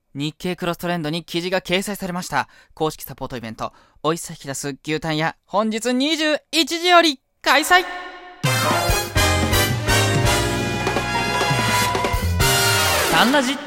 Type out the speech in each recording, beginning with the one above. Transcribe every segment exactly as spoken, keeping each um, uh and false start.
日経クロストレンドに記事が掲載されました。公式サポートイベント、おいしさ引き出す牛タン屋、本日にじゅういちじより開催。タンラジ。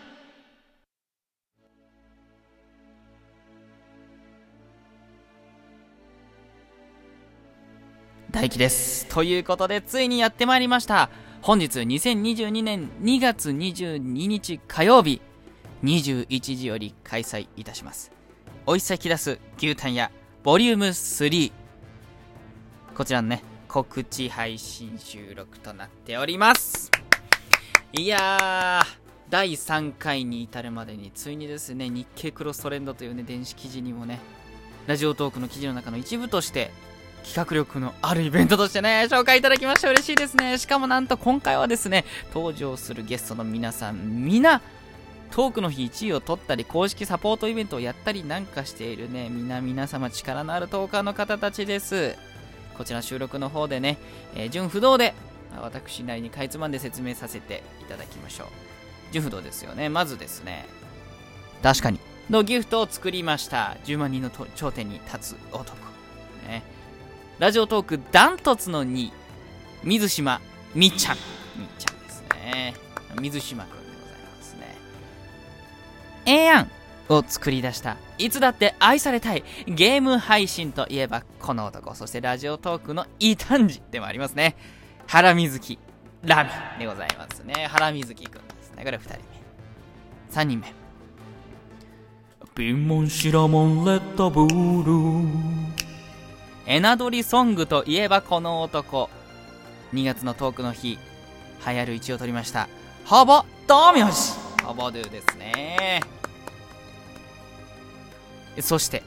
大輝です。ということで、ついにやってまいりました。本日にせんにじゅうにねんにがつにじゅうににち火曜日、にじゅういちじより開催いたします。おいしさ引き出す牛タン屋ボリュームスリー。こちらのね、告知配信収録となっております。いやー、だいさんかいに至るまでについにですね、日経クロストレンドというね、電子記事にもね、ラジオトークの記事の中の一部として企画力のあるイベントとしてね、紹介いただきまして嬉しいですね。しかもなんと今回はですね、登場するゲストの皆さん、皆トークの日いちいを取ったり、公式サポートイベントをやったりなんかしているね、皆皆様力のあるトーカーの方たちです。こちら収録の方でね、えー、純不動で私なりにかいつまんで説明させていただきましょう。純不動ですよね。まずですね、確かにのギフトを作りました。じゅうまんにんの頂点に立つ男、ね、ラジオトークダントツのにい、水島みっちゃんみっちゃんですね。水島くんでございますね。ええやんを作り出した、いつだって愛されたいゲーム配信といえばこの男、そしてラジオトークの異端児でもありますね。原水木ラミでございますね。原水木くんですね。これふたりめ。さんにんめ、ピンモンシラモンレッドブルー。エナドリソングといえばこの男、にがつのトークの日流行るいちいを取りましたほぼ道明寺ほぼドゥですね。そして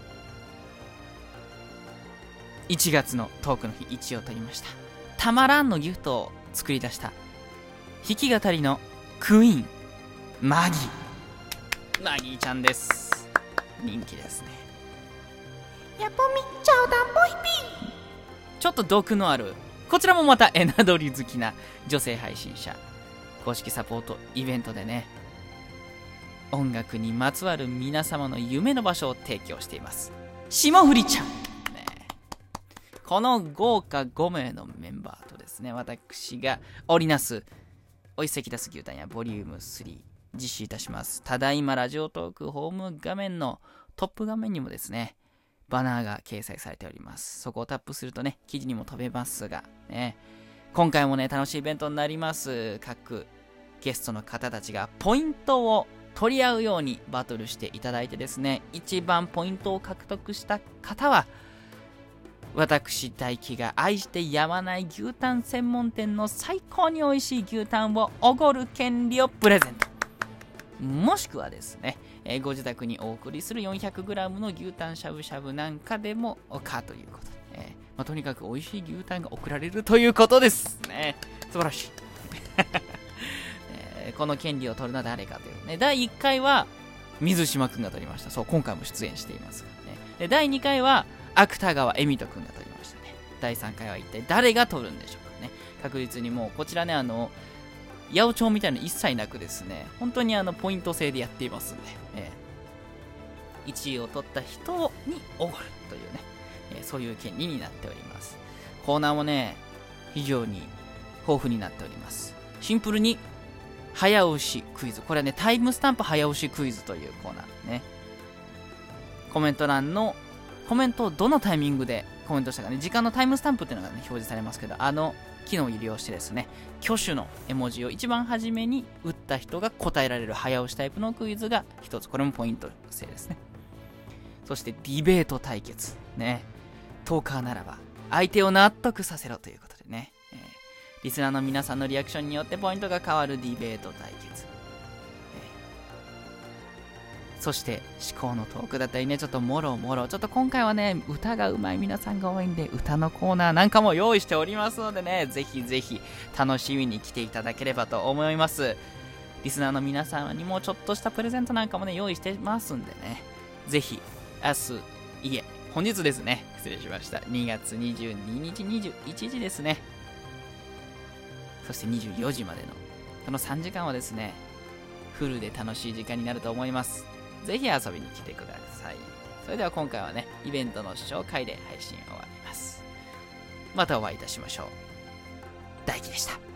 いちがつのトークの日いちいを取りましたたまらんのギフトを作り出した弾き語りのクイーンマギーマギーちゃんです。人気ですね。やぽみちょうだんぽいぴー。ちょっと毒のある、こちらもまたエナドリ好きな女性配信者、公式サポートイベントでね、音楽にまつわる皆様の夢の場所を提供しています霜降りちゃん、ね、この豪華ごめいのメンバーとですね、私が織りなすおいしさ引き出す牛タン屋ボリュームスリー実施いたします。ただいまラジオトークホーム画面のトップ画面にもですね、バナーが掲載されております。そこをタップするとね、記事にも飛べますがね、今回もね、楽しいイベントになります。各ゲストの方たちがポイントを取り合うようにバトルしていただいてですね、一番ポイントを獲得した方は私大輝が愛してやまない牛タン専門店の最高に美味しい牛タンをおごる権利をプレゼント、もしくはですね、えー、ご自宅にお送りする よんひゃくグラム の牛タンしゃぶしゃぶなんかでもかということで、えーまあ、とにかく美味しい牛タンが送られるということですね。素晴らしい、えー、この権利を取るのは誰かというね、だいいっかいは水島くんが取りました。そう、今回も出演していますからね。でだいにかいは芥川恵美人くんが取りましたね。だいさんかいは一体誰が取るんでしょうかね。確実にもうこちらね、あの八百長みたいなの一切なくですね、本当にあのポイント制でやっていますんで、えー、いちいを取った人におごるというね、えー、そういう権利になっております。コーナーもね、非常に豊富になっております。シンプルに早押しクイズ、これはね、タイムスタンプ早押しクイズというコーナーね。コメント欄のコメントをどのタイミングでコメントしたかね、時間のタイムスタンプっていうのがね、表示されますけど、あの機能を利用してですね、挙手の絵文字を一番初めに打った人が答えられる早押しタイプのクイズが一つ、これもポイント制ですね。そしてディベート対決ね、トーカーならば相手を納得させろということでね、えー、リスナーの皆さんのリアクションによってポイントが変わるディベート対決、そして思考のトークだったりね、ちょっともろもろ、ちょっと今回はね、歌が上手い皆さんが多いんで、歌のコーナーなんかも用意しておりますのでね、ぜひぜひ楽しみに来ていただければと思います。リスナーの皆さんにもちょっとしたプレゼントなんかもね、用意してますんでね、ぜひ明日、いえ本日ですね、失礼しました、にがつにじゅうににちにじゅういちじですね、そしてにじゅうよじまでのこのさんじかんはですね、 フルで楽しい時間になると思います。ぜひ遊びに来てください。それでは今回はね、イベントの紹介で配信終わります。またお会いいたしましょう。大輝でした。